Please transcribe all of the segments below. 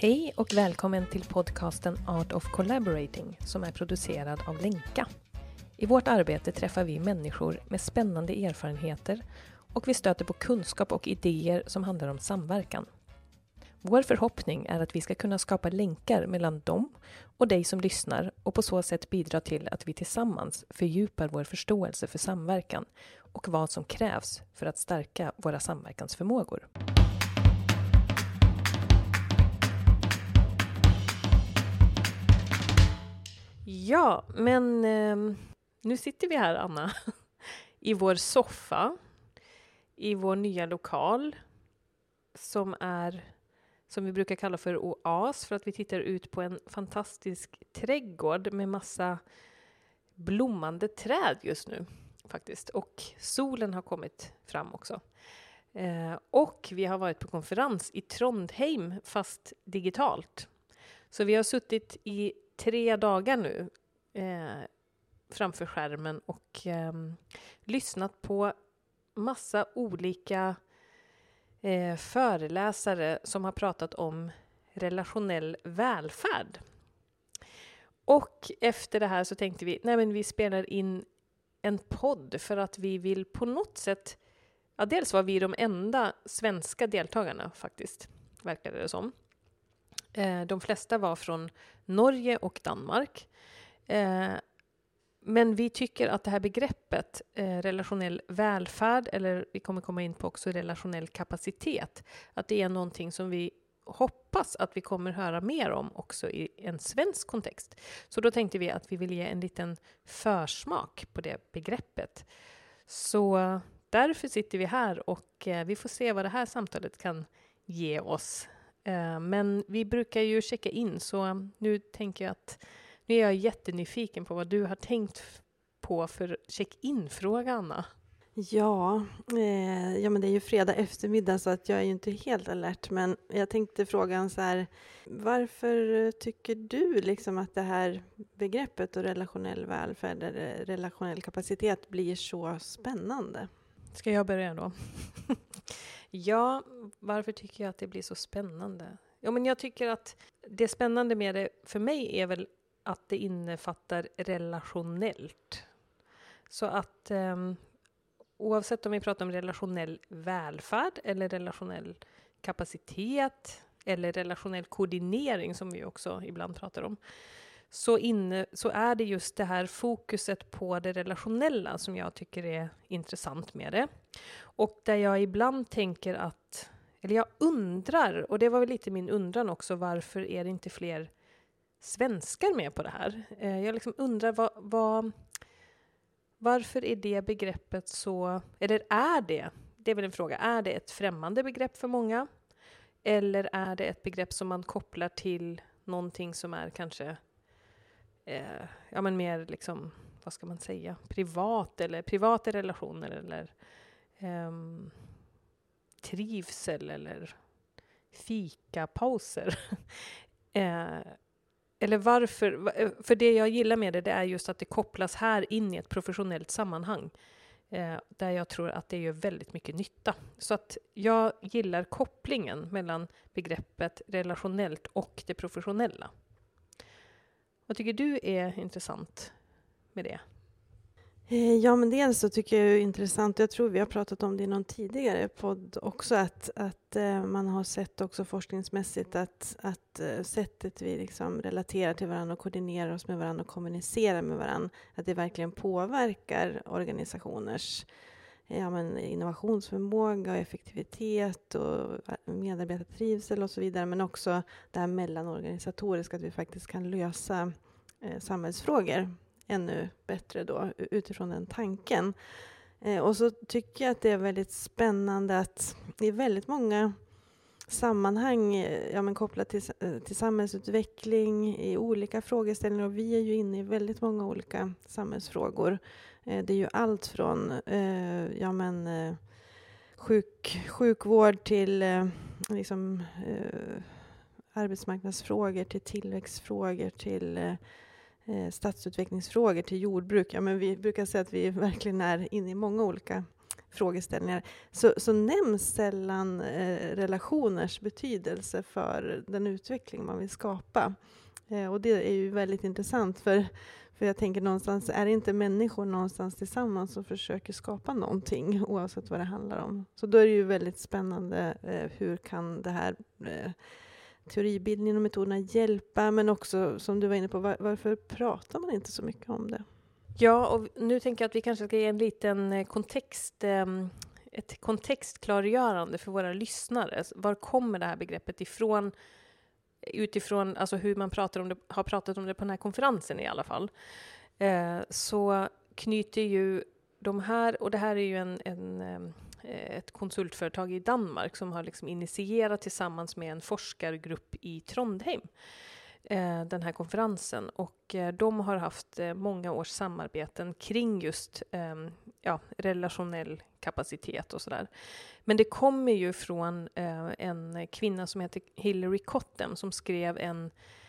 Hej och välkommen till podcasten Art of Collaborating som är producerad av Lenka. I vårt arbete träffar vi människor med spännande erfarenheter och vi stöter på kunskap och idéer som handlar om samverkan. Vår förhoppning är att vi ska kunna skapa länkar mellan dem och dig som lyssnar och på så sätt bidra till att vi tillsammans fördjupar vår förståelse för samverkan och vad som krävs för att stärka våra samverkansförmågor. Ja, men nu sitter vi här, Anna, i vår soffa, i vår nya lokal som vi brukar kalla för oas för att vi tittar ut på en fantastisk trädgård med massa blommande träd just nu faktiskt. Och solen har kommit fram också. Och vi har varit på konferens i Trondheim fast digitalt. Så vi har suttit i 3 dagar nu framför skärmen och lyssnat på massa olika föreläsare som har pratat om relationell välfärd. Och efter det här så tänkte vi, vi spelar in en podd för att vi vill på något sätt, dels var vi de enda svenska deltagarna faktiskt, verkade det som. De flesta var från Norge och Danmark. Men vi tycker att det här begreppet relationell välfärd, eller vi kommer komma in på också relationell kapacitet, att det är någonting som vi hoppas att vi kommer höra mer om också i en svensk kontext. Så då tänkte vi att vi vill ge en liten försmak på det begreppet. Så därför sitter vi här och vi får se vad det här samtalet kan ge oss. Men vi brukar ju checka in, så nu tänker jag att nu är jag jättenyfiken på vad du har tänkt på för check-in-fråga, Anna. Ja, men det är ju fredag eftermiddag så att jag är ju inte helt alert. Men jag tänkte frågan så här, varför tycker du liksom att det här begreppet och relationell välfärd eller relationell kapacitet blir så spännande? Ska jag börja då? Ja, varför tycker jag att det blir så spännande? Ja, men jag tycker att det spännande med det för mig är väl att det innefattar relationellt. Så att oavsett om vi pratar om relationell välfärd eller relationell kapacitet eller relationell koordinering som vi också ibland pratar om, så är det just det här fokuset på det relationella som jag tycker är intressant med det. Och där jag ibland tänker att, eller jag undrar, och det var väl lite min undran också, varför är det inte fler svenskar med på det här? Jag liksom undrar varför är det begreppet så, eller det är väl en fråga, är det ett främmande begrepp för många? Eller är det ett begrepp som man kopplar till någonting som är kanske mer liksom, vad ska man säga, privata relationer eller trivsel eller fikapauser. Eller varför? För det jag gillar med det är just att det kopplas här in i ett professionellt sammanhang. Där jag tror att det gör väldigt mycket nytta. Så att jag gillar kopplingen mellan begreppet relationellt och det professionella. Vad tycker du är intressant med det? Ja, men dels så tycker jag det är intressant, jag tror vi har pratat om det i någon tidigare podd också, att man har sett också forskningsmässigt att sättet vi liksom relaterar till varandra och koordinerar oss med varandra och kommunicerar med varandra, att det verkligen påverkar organisationers innovationsförmåga och effektivitet och medarbetartrivsel och så vidare, men också det här mellanorganisatoriska, att vi faktiskt kan lösa samhällsfrågor ännu bättre då utifrån den tanken. Och så tycker jag att det är väldigt spännande att i väldigt många sammanhang kopplat till samhällsutveckling i olika frågeställningar, och vi är ju inne i väldigt många olika samhällsfrågor. Det är ju allt från sjukvård till arbetsmarknadsfrågor, till tillväxtfrågor, till stadsutvecklingsfrågor, till jordbruk. Ja, men vi brukar säga att vi verkligen är inne i många olika frågeställningar så nämns sällan relationers betydelse för den utveckling man vill skapa. Och det är ju väldigt intressant för jag tänker någonstans, är det inte människor någonstans tillsammans som försöker skapa någonting oavsett vad det handlar om. Så då är det ju väldigt spännande hur kan det här teoribildningen och metoderna hjälpa, men också som du var inne på, varför pratar man inte så mycket om det? Ja, och nu tänker jag att vi kanske ska ge en liten ett kontextklargörande för våra lyssnare. Var kommer det här begreppet ifrån? Utifrån alltså hur man har pratat om det på den här konferensen i alla fall. Så knyter ju de här, och det här är ju ett konsultföretag i Danmark som har liksom initierat tillsammans med en forskargrupp i Trondheim den här konferensen, och de har haft många års samarbeten kring just relationell kapacitet och sådär. Men det kommer ju från en kvinna som heter Hilary Cottam som skrev en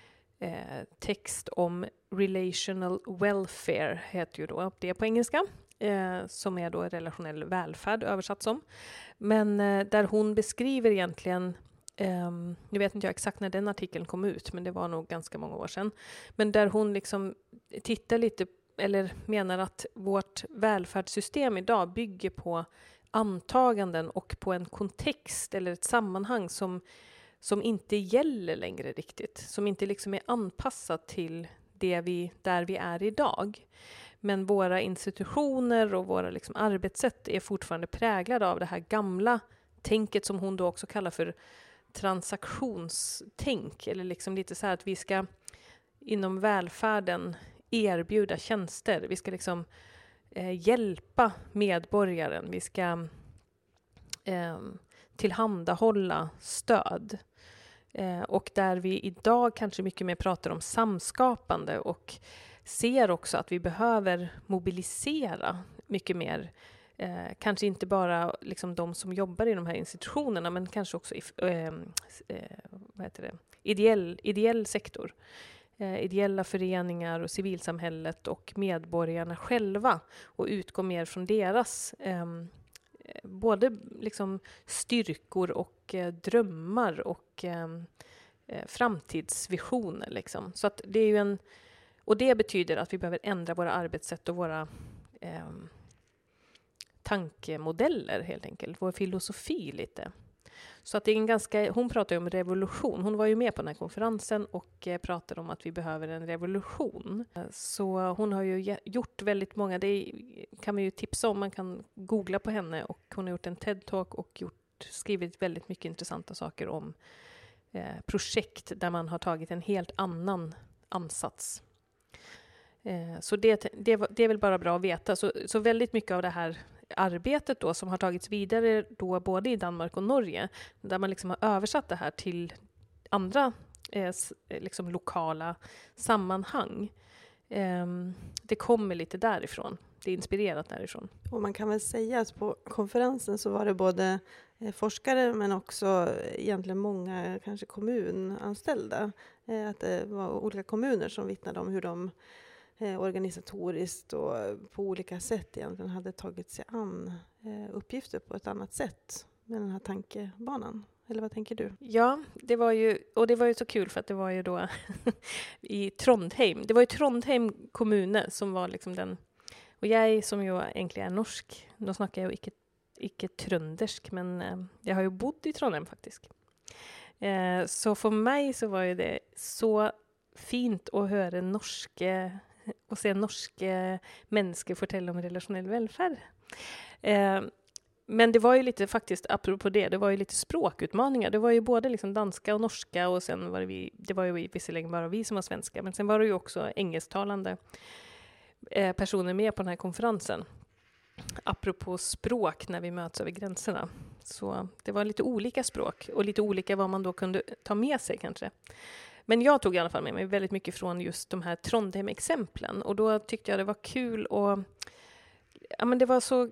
text om relational welfare, heter ju då det på engelska, som är då relationell välfärd översatt som. Men där hon beskriver egentligen, nu vet inte jag exakt när den artikeln kom ut, men det var nog ganska många år sedan. Men där hon liksom tittar lite, eller menar att vårt välfärdssystem idag bygger på antaganden och på en kontext eller ett sammanhang som inte gäller längre riktigt. Som inte liksom är anpassat till där vi är idag. Men våra institutioner och våra liksom arbetssätt är fortfarande präglade av det här gamla tänket som hon då också kallar för transaktionstänk. Eller liksom lite så här att vi ska inom välfärden erbjuda tjänster. Vi ska liksom hjälpa medborgaren. Vi ska tillhandahålla stöd. Och där vi idag kanske mycket mer pratar om samskapande och ser också att vi behöver mobilisera mycket mer. Kanske inte bara liksom de som jobbar i de här institutionerna, men kanske också ideell sektor. Ideella föreningar och civilsamhället och medborgarna själva, och utgå mer från deras både liksom styrkor och drömmar och framtidsvisioner liksom. Så att det är ju och det betyder att vi behöver ändra våra arbetssätt och våra tankemodeller helt enkelt, vår filosofi lite. Så att det är hon pratar ju om revolution. Hon var ju med på den här konferensen och pratade om att vi behöver en revolution. Så hon har ju gjort väldigt många, det kan man ju tipsa om, man kan googla på henne, och hon har gjort en TED-talk och skrivit väldigt mycket intressanta saker om projekt där man har tagit en helt annan ansats. Så det är väl bara bra att veta. Så väldigt mycket av det här arbetet då som har tagits vidare då både i Danmark och Norge, där man liksom har översatt det här till andra liksom lokala sammanhang. Det kommer lite därifrån. Det är inspirerat därifrån. Och man kan väl säga att på konferensen så var det både forskare men också egentligen många kanske kommunanställda. Att det var olika kommuner som vittnade om hur de organisatoriskt och på olika sätt egentligen hade tagit sig an uppgifter på ett annat sätt med den här tankebanan. Eller vad tänker du? Ja, det var ju så kul för att det var ju då i Trondheim. Det var ju Trondheim kommune som var liksom den. Och jag som ju egentligen är norsk, då snackar jag ju icke tröndersk, men jag har ju bott i Trondheim faktiskt. Så för mig så var ju det så fint att höra och se norska människor fortälla om relationell välfärd. Men det var ju lite faktiskt, apropå det var ju lite språkutmaningar. Det var ju både liksom danska och norska, och sen var det var ju visserligen bara vi som var svenska, men sen var det ju också engelsktalande personer med på den här konferensen. Apropå språk när vi möts över gränserna. Så det var lite olika språk och lite olika vad man då kunde ta med sig kanske. Men jag tog i alla fall med mig väldigt mycket från just de här Trondheim-exemplen. Och då tyckte jag det var kul det var så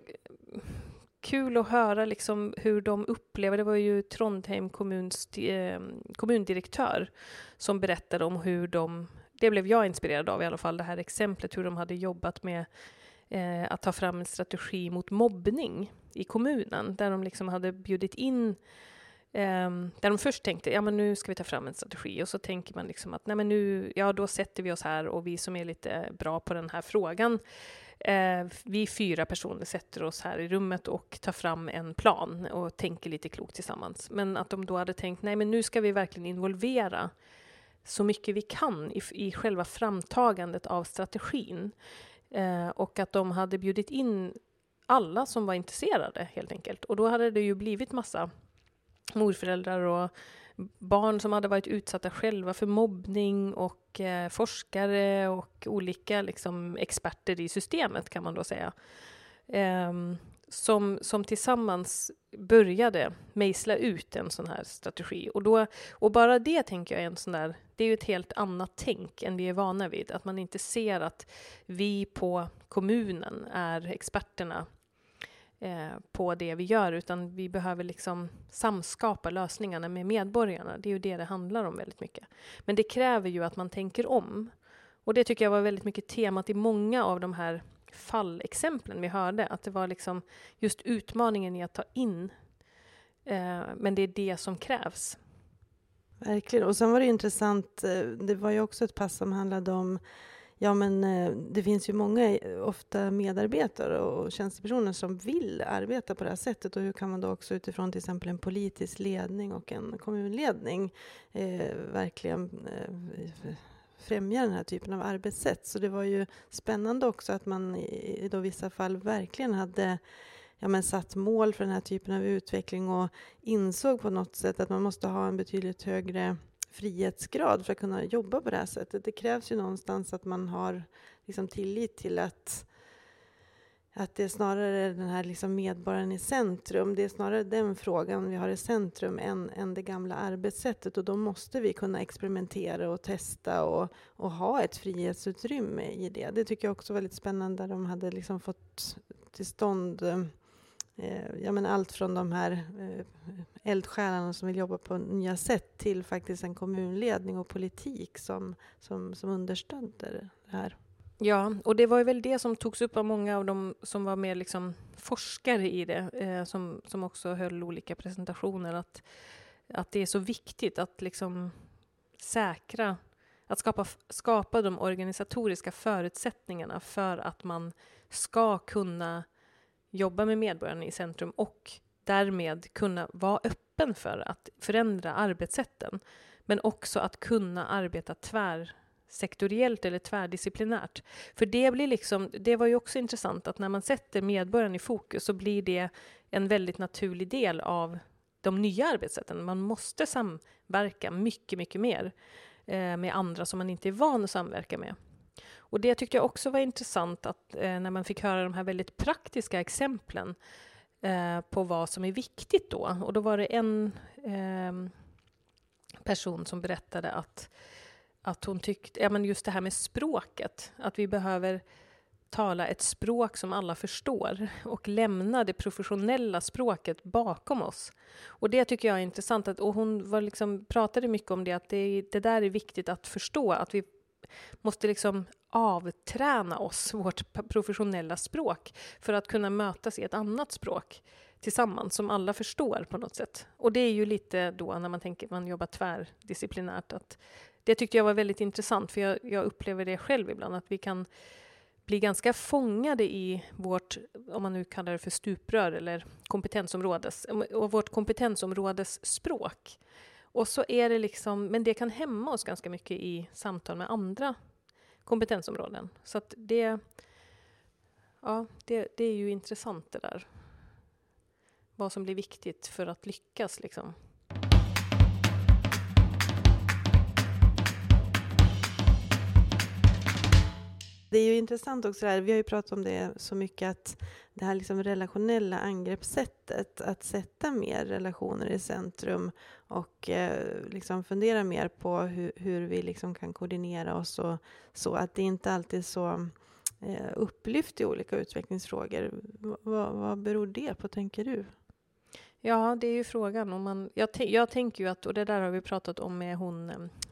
kul att höra liksom hur de upplever. Det var ju Trondheim kommundirektör som berättade om hur det blev jag inspirerad av i alla fall, det här exemplet hur de hade jobbat med att ta fram en strategi mot mobbning i kommunen. Där de liksom hade bjudit in, där de först tänkte, ja men nu ska vi ta fram en strategi. Och så tänker man liksom att nej men nu, ja då sätter vi oss här och vi som är lite bra på den här frågan, vi 4 personer sätter oss här i rummet och tar fram en plan och tänker lite klokt tillsammans. Men att de då hade tänkt, nej men nu ska vi verkligen involvera så mycket vi kan i själva framtagandet av strategin. Och att de hade bjudit in alla som var intresserade helt enkelt. Och då hade det ju blivit massa morföräldrar och barn som hade varit utsatta själva för mobbning och forskare och olika liksom, experter i systemet kan man då säga. Som tillsammans började mejsla ut en sån här strategi. Och bara det tänker jag är en sån där, det är ju ett helt annat tänk än vi är vana vid. Att man inte ser att vi på kommunen är experterna på det vi gör, utan vi behöver liksom samskapa lösningarna med medborgarna. Det är ju det handlar om väldigt mycket. Men det kräver ju att man tänker om. Och det tycker jag var väldigt mycket temat i många av de här fallexemplen vi hörde. Att det var liksom just utmaningen i att ta in. Men det är det som krävs. Verkligen. Och sen var det intressant, det var ju också ett pass som handlade om det finns ju många, ofta medarbetare och tjänstepersoner som vill arbeta på det här sättet. Och hur kan man då också utifrån till exempel en politisk ledning och en kommunledning verkligen främja den här typen av arbetssätt. Så det var ju spännande också att man i vissa fall verkligen hade satt mål för den här typen av utveckling och insåg på något sätt att man måste ha en betydligt högre frihetsgrad för att kunna jobba på det här sättet. Det krävs ju någonstans att man har liksom tillit till att det är snarare den här liksom medborgaren i centrum. Det är snarare den frågan vi har i centrum än det gamla arbetssättet. Och då måste vi kunna experimentera och testa och ha ett frihetsutrymme i det. Det tycker jag också var väldigt spännande. De hade liksom fått till stånd allt från de här eldsjälarna som vill jobba på nya sätt till faktiskt en kommunledning och politik som understöder det här. Ja, och det var ju väl det som togs upp av många av dem som var mer liksom forskare i det, som också höll olika presentationer, att det är så viktigt att liksom säkra, att skapa de organisatoriska förutsättningarna för att man ska kunna jobba med medborgarna i centrum och därmed kunna vara öppen för att förändra arbetssätten, men också att kunna arbeta tvärsektoriellt eller tvärdisciplinärt. För det var ju också intressant att när man sätter medborgaren i fokus så blir det en väldigt naturlig del av de nya arbetssätten. Man måste samverka mycket, mycket mer med andra som man inte är van att samverka med. Och det tyckte jag också var intressant att när man fick höra de här väldigt praktiska exemplen på vad som är viktigt då. Och då var det en person som berättade att hon tyckte, just det här med språket, att vi behöver tala ett språk som alla förstår och lämna det professionella språket bakom oss. Och det tycker jag är intressant. Och hon pratade mycket om det, att det där är viktigt att förstå, att vi måste liksom avträna oss vårt professionella språk för att kunna mötas i ett annat språk tillsammans som alla förstår på något sätt. Och det är ju lite då när man jobbar tvärdisciplinärt. Att det tyckte jag var väldigt intressant, för jag upplever det själv ibland, att vi kan bli ganska fångade i vårt, om man nu kallar det för stuprör eller vårt kompetensområdes språk. Och så är det men det kan hämma oss ganska mycket i samtal med andra kompetensområden. Så att det är ju intressant det där. Vad som blir viktigt för att lyckas liksom. Det är ju intressant också där, vi har ju pratat om det så mycket, att det här liksom relationella angreppssättet, att sätta mer relationer i centrum och liksom fundera mer på hur vi liksom kan koordinera oss, och så att det inte alltid är så upplyft i olika utvecklingsfrågor. Vad beror det på, tänker du? Ja, det är ju frågan. Jag tänker ju att, och det där har vi pratat om med hon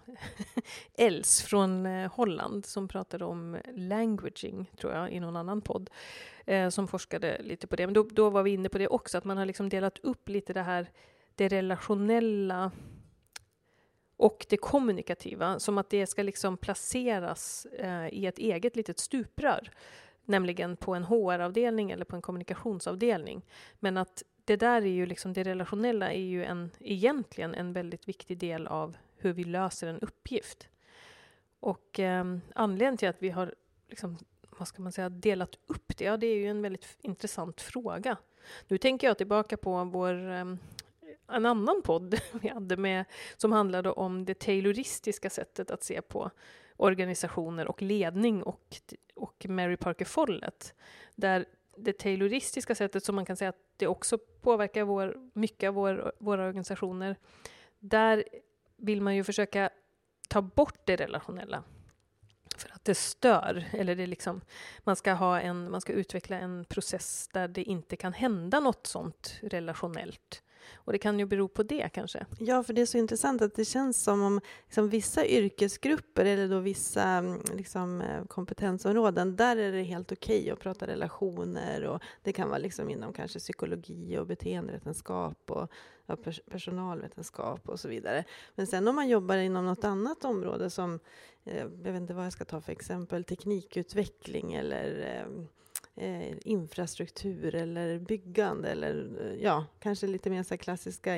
Els från Holland som pratade om languaging, tror jag, i någon annan podd, som forskade lite på det. Men då var vi inne på det också, att man har liksom delat upp lite det relationella och det kommunikativa, som att det ska liksom placeras i ett eget litet stuprör, nämligen på en HR-avdelning eller på en kommunikationsavdelning. Men att det där är ju liksom, det relationella är ju egentligen en väldigt viktig del av hur vi löser en uppgift. Och anledningen till att vi har liksom, vad ska man säga, delat upp det, ja, det är ju en väldigt intressant fråga. Nu tänker jag tillbaka på en annan podd vi hade som handlade om det tayloristiska sättet att se på organisationer och ledning och Mary Parker Follett. Där det tayloristiska sättet, som man kan säga att det också påverkar mycket av våra organisationer, där vill man ju försöka ta bort det relationella. För att det stör, eller det liksom, man ska utveckla en process där det inte kan hända något sånt relationellt. Och det kan ju bero på det kanske. Ja, för det är så intressant att det känns som om liksom, vissa yrkesgrupper eller då vissa liksom, kompetensområden, där är det helt okej att prata relationer, och det kan vara liksom inom kanske psykologi och beteendevetenskap och personalvetenskap och så vidare. Men sen om man jobbar inom något annat område som, jag vet inte vad jag ska ta för exempel, teknikutveckling eller infrastruktur eller byggande eller ja, kanske lite mer så klassiska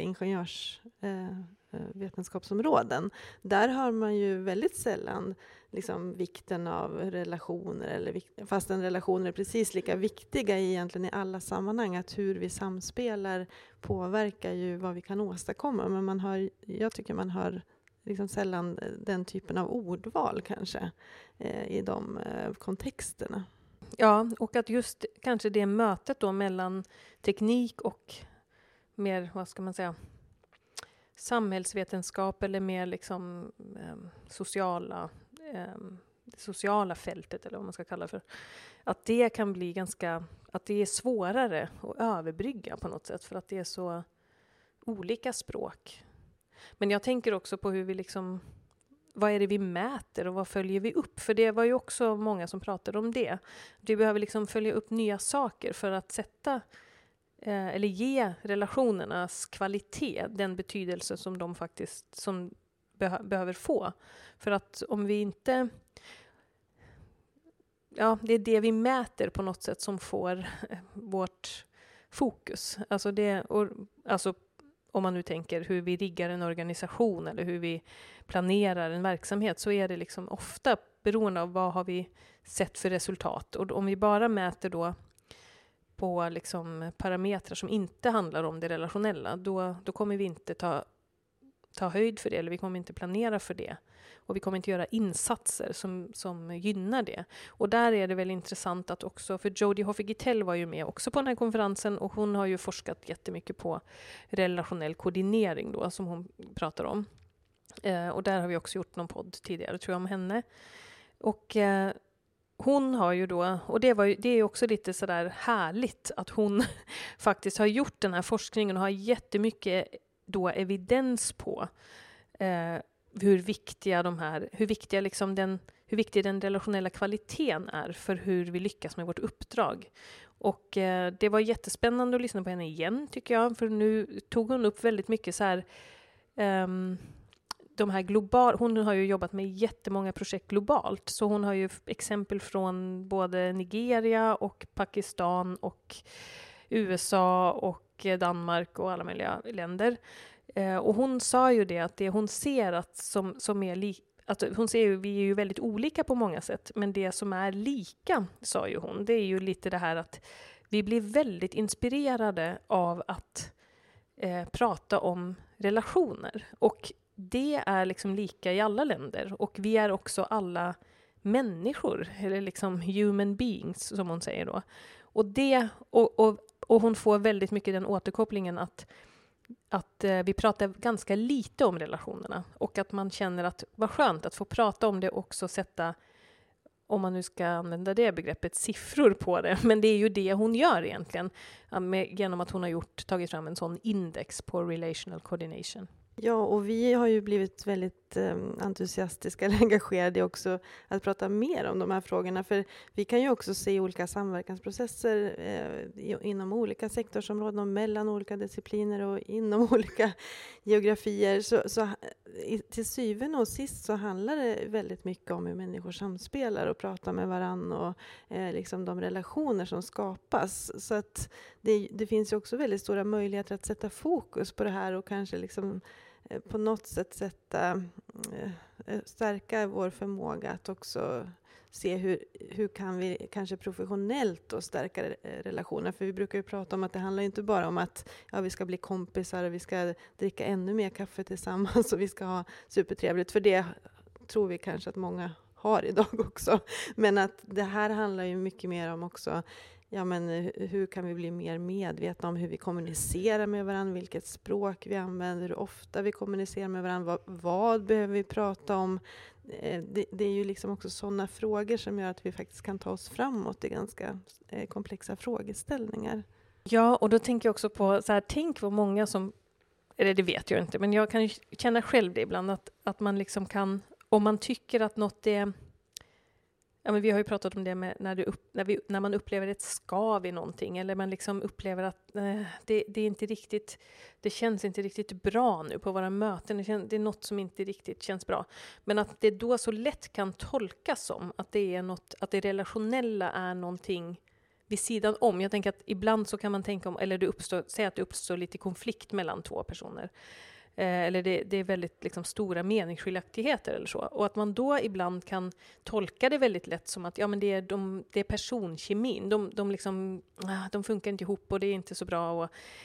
ingenjörsvetenskapsområden. Där har man ju väldigt sällan liksom vikten av relationer, fastän relationer är precis lika viktiga egentligen i alla sammanhang, att hur vi samspelar påverkar ju vad vi kan åstadkomma, men jag tycker man har liksom sällan den typen av ordval kanske i de kontexterna. Ja, och att just kanske det mötet då mellan teknik och mer, vad ska man säga, samhällsvetenskap eller mer liksom sociala fältet, eller vad man ska kalla för, att det kan bli att det är svårare att överbrygga på något sätt, för att det är så olika språk. Men jag tänker också på hur vi liksom, vad är det vi mäter och vad följer vi upp? För det var ju också många som pratade om det. Vi behöver liksom följa upp nya saker för att sätta eller ge relationernas kvalitet den betydelse som de faktiskt behöver få. För att om vi inte... Ja, det är det vi mäter på något sätt som får vårt fokus. Alltså om man nu tänker hur vi riggar en organisation eller hur vi planerar en verksamhet, så är det liksom ofta beroende av vad har vi sett för resultat. Och om vi bara mäter då på liksom parametrar som inte handlar om det relationella, då kommer vi inte ta höjd för det, eller vi kommer inte planera för det. Och vi kommer inte göra insatser som gynnar det. Och där är det väl intressant att också, för Jodie Hofer-Gittel var ju med också på den här konferensen, och hon har ju forskat jättemycket på relationell koordinering då, som hon pratar om. Och där har vi också gjort någon podd tidigare, tror jag, om henne. Och hon har ju då, och det är också lite sådär härligt att hon faktiskt har gjort den här forskningen och har jättemycket då evidens på hur viktig den relationella kvaliteten är för hur vi lyckas med vårt uppdrag. Och det var jättespännande att lyssna på henne igen, tycker jag, för nu tog hon upp väldigt mycket så här de här hon har ju jobbat med jättemånga projekt globalt, så hon har ju exempel från både Nigeria och Pakistan och USA och Danmark och alla möjliga länder. Och hon sa ju det, att det hon ser hon ser ju, vi är ju väldigt olika på många sätt, men det som är lika, sa ju hon, det är ju lite det här att vi blir väldigt inspirerade av att prata om relationer, och det är liksom lika i alla länder, och vi är också alla människor, eller liksom human beings som hon säger då. Och hon får väldigt mycket den återkopplingen att vi pratar ganska lite om relationerna, och att man känner att vad skönt att få prata om det och också sätta, om man nu ska använda det begreppet, siffror på det. Men det är ju det hon gör egentligen, genom att hon har tagit fram en sån index på relational coordination. Ja, och vi har ju blivit väldigt entusiastiska eller engagerade också att prata mer om de här frågorna. För vi kan ju också se olika samverkansprocesser inom olika sektorsområden och mellan olika discipliner och inom olika geografier. Så till syvende och sist så handlar det väldigt mycket om hur människor samspelar och pratar med varann och liksom de relationer som skapas. Så att det finns ju också väldigt stora möjligheter att sätta fokus på det här och kanske liksom på något sätt stärka vår förmåga att också se hur kan vi kanske professionellt då stärka relationer. För vi brukar ju prata om att det handlar inte bara om att vi ska bli kompisar och vi ska dricka ännu mer kaffe tillsammans och vi ska ha supertrevligt. För det tror vi kanske att många har idag också. Men att det här handlar ju mycket mer om också hur kan vi bli mer medvetna om hur vi kommunicerar med varandra, vilket språk vi använder, hur ofta vi kommunicerar med varandra, vad behöver vi prata om. Det är ju liksom också sådana frågor som gör att vi faktiskt kan ta oss framåt i ganska komplexa frågeställningar. Ja, och då tänker jag också på så här, tänk vad många som, eller det vet jag inte, men jag kan känna själv det ibland att man liksom kan, om man tycker att något är. Ja, men vi har ju pratat om det med när man upplever ett skav i någonting, eller man liksom upplever att det är inte riktigt, det känns inte riktigt bra nu på våra möten. Det är något som inte riktigt känns bra. Men att det då så lätt kan tolkas som att det är något, att det relationella är någonting vid sidan om. Jag tänker att ibland så kan man tänka om, eller säg att det uppstår lite konflikt mellan två personer. Eller det är väldigt liksom stora meningsskiljaktigheter eller så. Och att man då ibland kan tolka det väldigt lätt som att det är personkemin. De funkar inte ihop och det är inte så bra.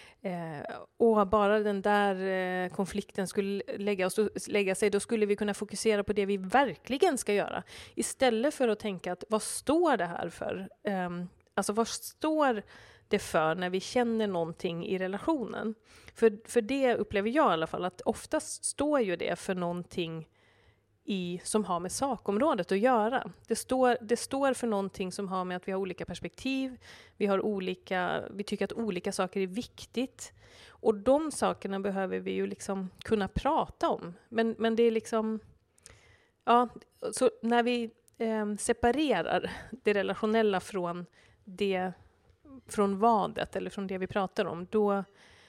Och bara den där konflikten skulle lägga sig, då skulle vi kunna fokusera på det vi verkligen ska göra. Istället för att tänka att vad står det här för? Alltså vad står det för när vi känner någonting i relationen? För det upplever jag i alla fall, att oftast står ju det för någonting som har med sakområdet att göra. Det står för någonting som har med att vi har olika perspektiv, vi tycker att olika saker är viktigt. Och de sakerna behöver vi ju liksom kunna prata om. Men det är liksom, så när vi separerar det relationella från vadet eller från det vi pratar om, då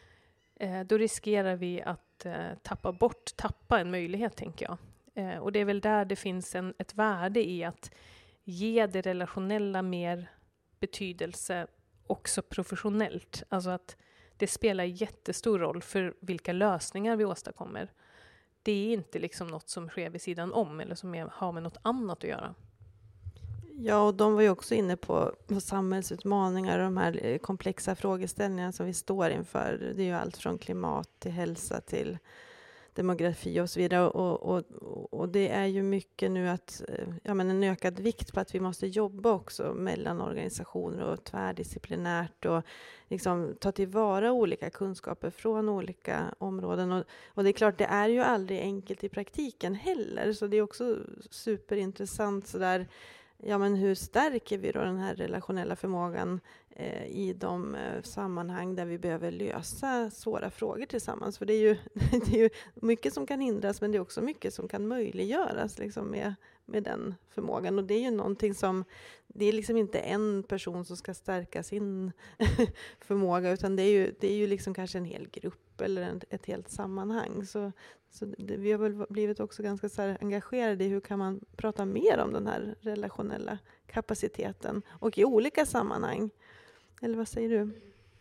riskerar vi att tappa en möjlighet, tänker jag. Och det är väl där det finns ett värde i att ge det relationella mer betydelse också professionellt. Alltså att det spelar jättestor roll för vilka lösningar vi åstadkommer. Det är inte liksom något som sker vid sidan om eller som har med något annat att göra. Ja, och de var ju också inne på samhällsutmaningar och de här komplexa frågeställningarna som vi står inför. Det är ju allt från klimat till hälsa till demografi och så vidare. Och det är ju mycket nu att en ökad vikt på att vi måste jobba också mellan organisationer och tvärdisciplinärt och liksom ta tillvara olika kunskaper från olika områden. Och det är klart, det är ju aldrig enkelt i praktiken heller. Så det är också superintressant sådär. Hur stärker vi då den här relationella förmågan i de sammanhang där vi behöver lösa svåra frågor tillsammans? För det är ju mycket som kan hindras, men det är också mycket som kan möjliggöras liksom med den förmågan. Och det är ju någonting som, det är liksom inte en person som ska stärka sin förmåga, utan det är ju liksom kanske en hel grupp eller ett helt sammanhang. Så vi har väl blivit också ganska så här engagerade i hur kan man prata mer om den här relationella kapaciteten och i olika sammanhang. Eller vad säger du?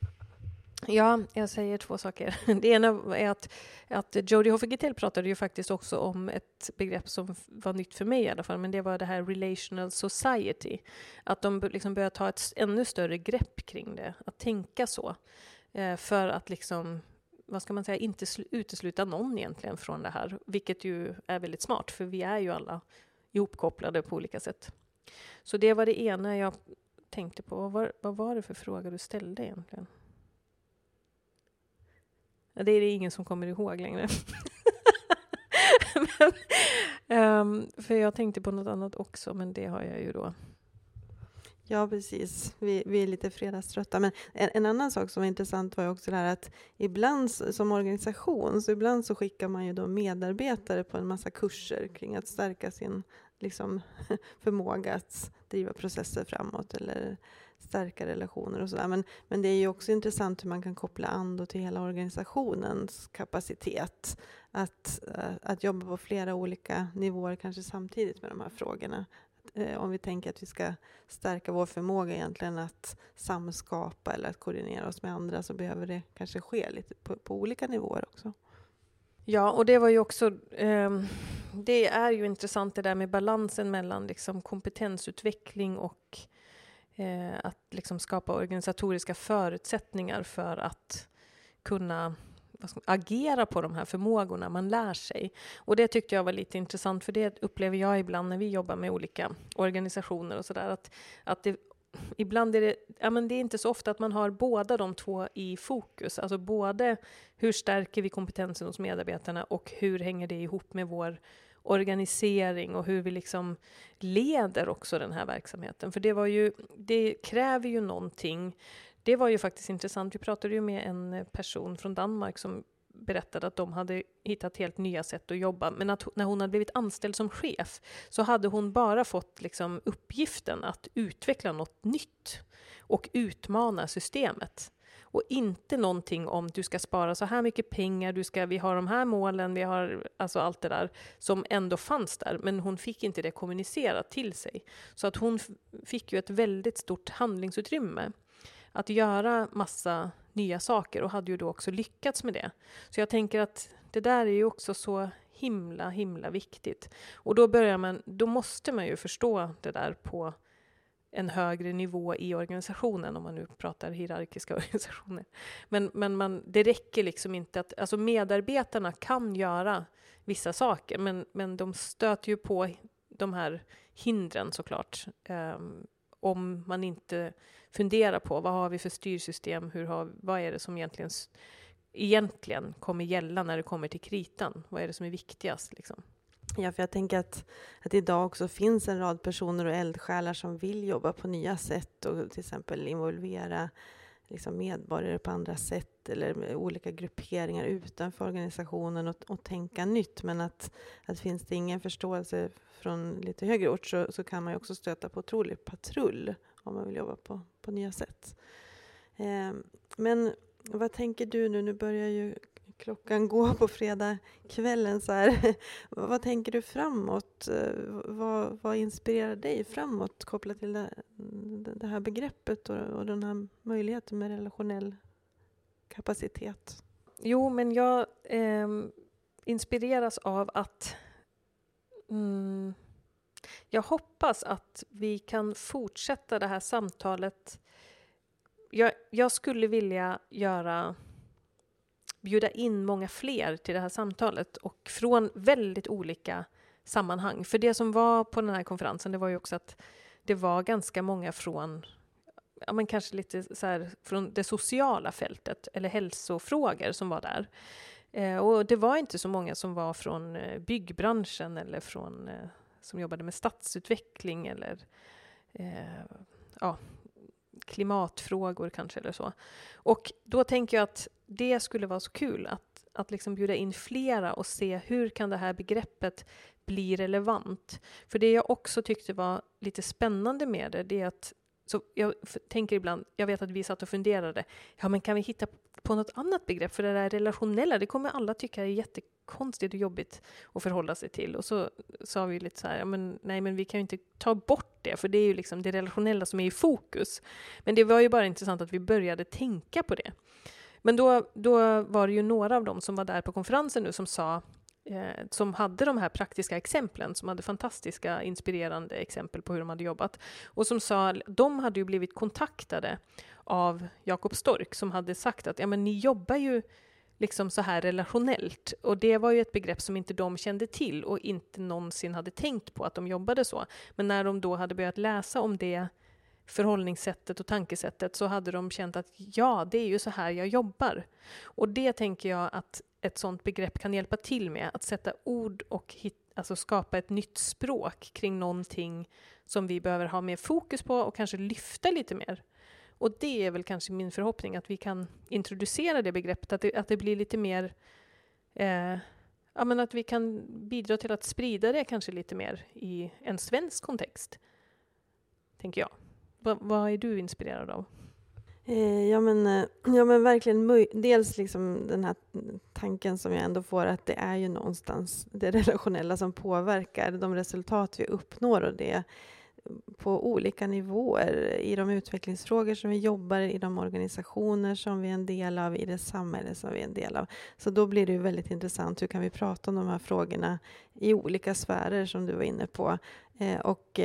Ja, jag säger två saker. Det ena är att Jodie Hofer-Gittel pratade ju faktiskt också om ett begrepp som var nytt för mig i alla fall, men det var det här relational society. Att de liksom börjar ta ett ännu större grepp kring det, att tänka så. För att liksom, vad ska man säga, inte utesluta någon egentligen från det här, vilket ju är väldigt smart, för vi är ju alla ihopkopplade på olika sätt. Så det var det ena jag tänkte på. Vad var det för fråga du ställde egentligen? Det är det ingen som kommer ihåg längre. För jag tänkte på något annat också, men det har jag ju då. Ja, precis. Vi är lite fredagströtta. Men en annan sak som var intressant var ju också det här att ibland som organisation, så ibland så skickar man ju då medarbetare på en massa kurser kring att stärka sin liksom, förmåga att driva processer framåt eller stärka relationer och sådär. Men det är ju också intressant hur man kan koppla an då till hela organisationens kapacitet. Att jobba på flera olika nivåer kanske samtidigt med de här frågorna. Om vi tänker att vi ska stärka vår förmåga egentligen att samskapa eller att koordinera oss med andra, så behöver det kanske ske lite på olika nivåer också. Ja, och det var ju också, det är ju intressant det där med balansen mellan liksom kompetensutveckling och att liksom skapa organisatoriska förutsättningar för att kunna agera på de här förmågorna man lär sig. Och det tyckte jag var lite intressant, för det upplever jag ibland när vi jobbar med olika organisationer och sådär, att det ibland är det, ja men det är inte så ofta att man har båda de två i fokus. Alltså både hur stärker vi kompetensen hos medarbetarna och hur hänger det ihop med vår organisering och hur vi liksom leder också den här verksamheten. För det kräver ju någonting. Det var ju faktiskt intressant. Vi pratade ju med en person från Danmark som berättade att de hade hittat helt nya sätt att jobba. Men att när hon hade blivit anställd som chef så hade hon bara fått liksom uppgiften att utveckla något nytt och utmana systemet. Och inte någonting om du ska spara så här mycket pengar, vi har de här målen, vi har alltså allt det där som ändå fanns där. Men hon fick inte det kommunicerat till sig. Så att hon fick ju ett väldigt stort handlingsutrymme att göra massa nya saker och hade ju då också lyckats med det. Så jag tänker att det där är ju också så himla viktigt. Och då måste man ju förstå det där på en högre nivå i organisationen, om man nu pratar hierarkiska organisationer. Men det räcker liksom inte att, alltså medarbetarna kan göra vissa saker, men de stöter ju på de här hindren såklart. Om man inte funderar på vad har vi för styrsystem, vad är det som egentligen kommer gälla när det kommer till kritan? Vad är det som är viktigast liksom? Ja, för jag tänker att idag också finns en rad personer och eldsjälar som vill jobba på nya sätt och till exempel involvera liksom medborgare på andra sätt eller med olika grupperingar utanför organisationen och tänka nytt. Men att finns det ingen förståelse från lite högre ort så kan man ju också stöta på otrolig patrull om man vill jobba på nya sätt. Men vad tänker du nu? Nu börjar ju klockan gå på fredag kvällen så här. Vad tänker du framåt? Vad inspirerar dig framåt kopplat till det här begreppet och den här möjligheten med relationell kapacitet? Jo, men jag inspireras av att jag hoppas att vi kan fortsätta det här samtalet. Jag skulle vilja bjuda in många fler till det här samtalet och från väldigt olika sammanhang. För det som var på den här konferensen, det var ju också att det var ganska många från, ja men kanske lite så här från det sociala fältet eller hälsofrågor som var där. Och det var inte så många som var från byggbranschen eller från som jobbade med stadsutveckling eller klimatfrågor kanske eller så. Och då tänker jag att det skulle vara så kul att liksom bjuda in flera och se hur kan det här begreppet bli relevant. För det jag också tyckte var lite spännande med det är att, så jag tänker ibland, jag vet att vi satt och funderade, ja men kan vi hitta på något annat begrepp? För det där relationella, det kommer alla tycka är jättekonstigt och jobbigt att förhålla sig till. Och så sa vi lite så här, ja men nej men vi kan ju inte ta bort det, för det är ju liksom det relationella som är i fokus. Men det var ju bara intressant att vi började tänka på det. Men då var det ju några av dem som var där på konferensen nu som sa, som hade de här praktiska exemplen, som hade fantastiska, inspirerande exempel på hur de hade jobbat. Och som sa, de hade ju blivit kontaktade av Jakob Stork som hade sagt att ja, men ni jobbar ju liksom så här relationellt. Och det var ju ett begrepp som inte de kände till och inte någonsin hade tänkt på att de jobbade så. Men när de då hade börjat läsa om det förhållningssättet och tankesättet så hade de känt att ja, det är ju så här jag jobbar. Och det tänker jag att ett sånt begrepp kan hjälpa till med. Att sätta ord och alltså skapa ett nytt språk kring någonting som vi behöver ha mer fokus på och kanske lyfta lite mer. Och det är väl kanske min förhoppning, att vi kan introducera det begreppet, att det blir lite mer, men att vi kan bidra till att sprida det kanske lite mer i en svensk kontext, tänker jag. Vad är du inspirerad av? Ja men verkligen, dels liksom den här tanken som jag ändå får, att det är ju någonstans det relationella som påverkar de resultat vi uppnår, och det på olika nivåer, i de utvecklingsfrågor som vi jobbar i, de organisationer som vi är en del av, i det samhälle som vi är en del av. Så då blir det ju väldigt intressant, hur kan vi prata om de här frågorna i olika sfärer som du var inne på, och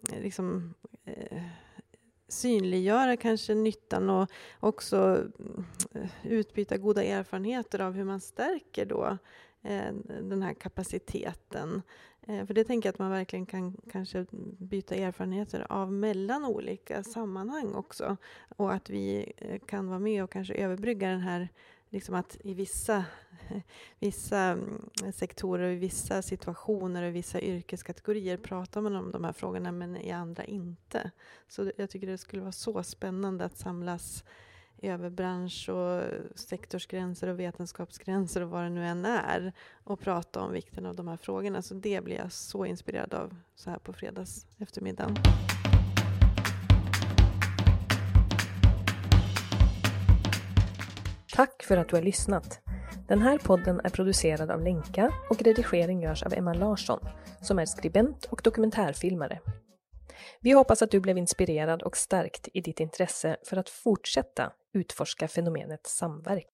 synliggöra kanske nyttan, och också utbyta goda erfarenheter av hur man stärker då den här kapaciteten. För det tänker jag att man verkligen kan kanske byta erfarenheter av mellan olika sammanhang också. Och att vi kan vara med och kanske överbrygga den här, liksom att i vissa sektorer, i vissa situationer och i vissa yrkeskategorier pratar man om de här frågorna, men i andra inte. Så jag tycker det skulle vara så spännande att samlas över bransch- och sektorsgränser och vetenskapsgränser och vad det nu än är, och prata om vikten av de här frågorna. Så det blir jag så inspirerad av så här på fredags eftermiddagen. Tack för att du har lyssnat. Den här podden är producerad av Lenka och redigering görs av Emma Larsson, som är skribent och dokumentärfilmare. Vi hoppas att du blev inspirerad och stärkt i ditt intresse för att fortsätta utforska fenomenet samverkan.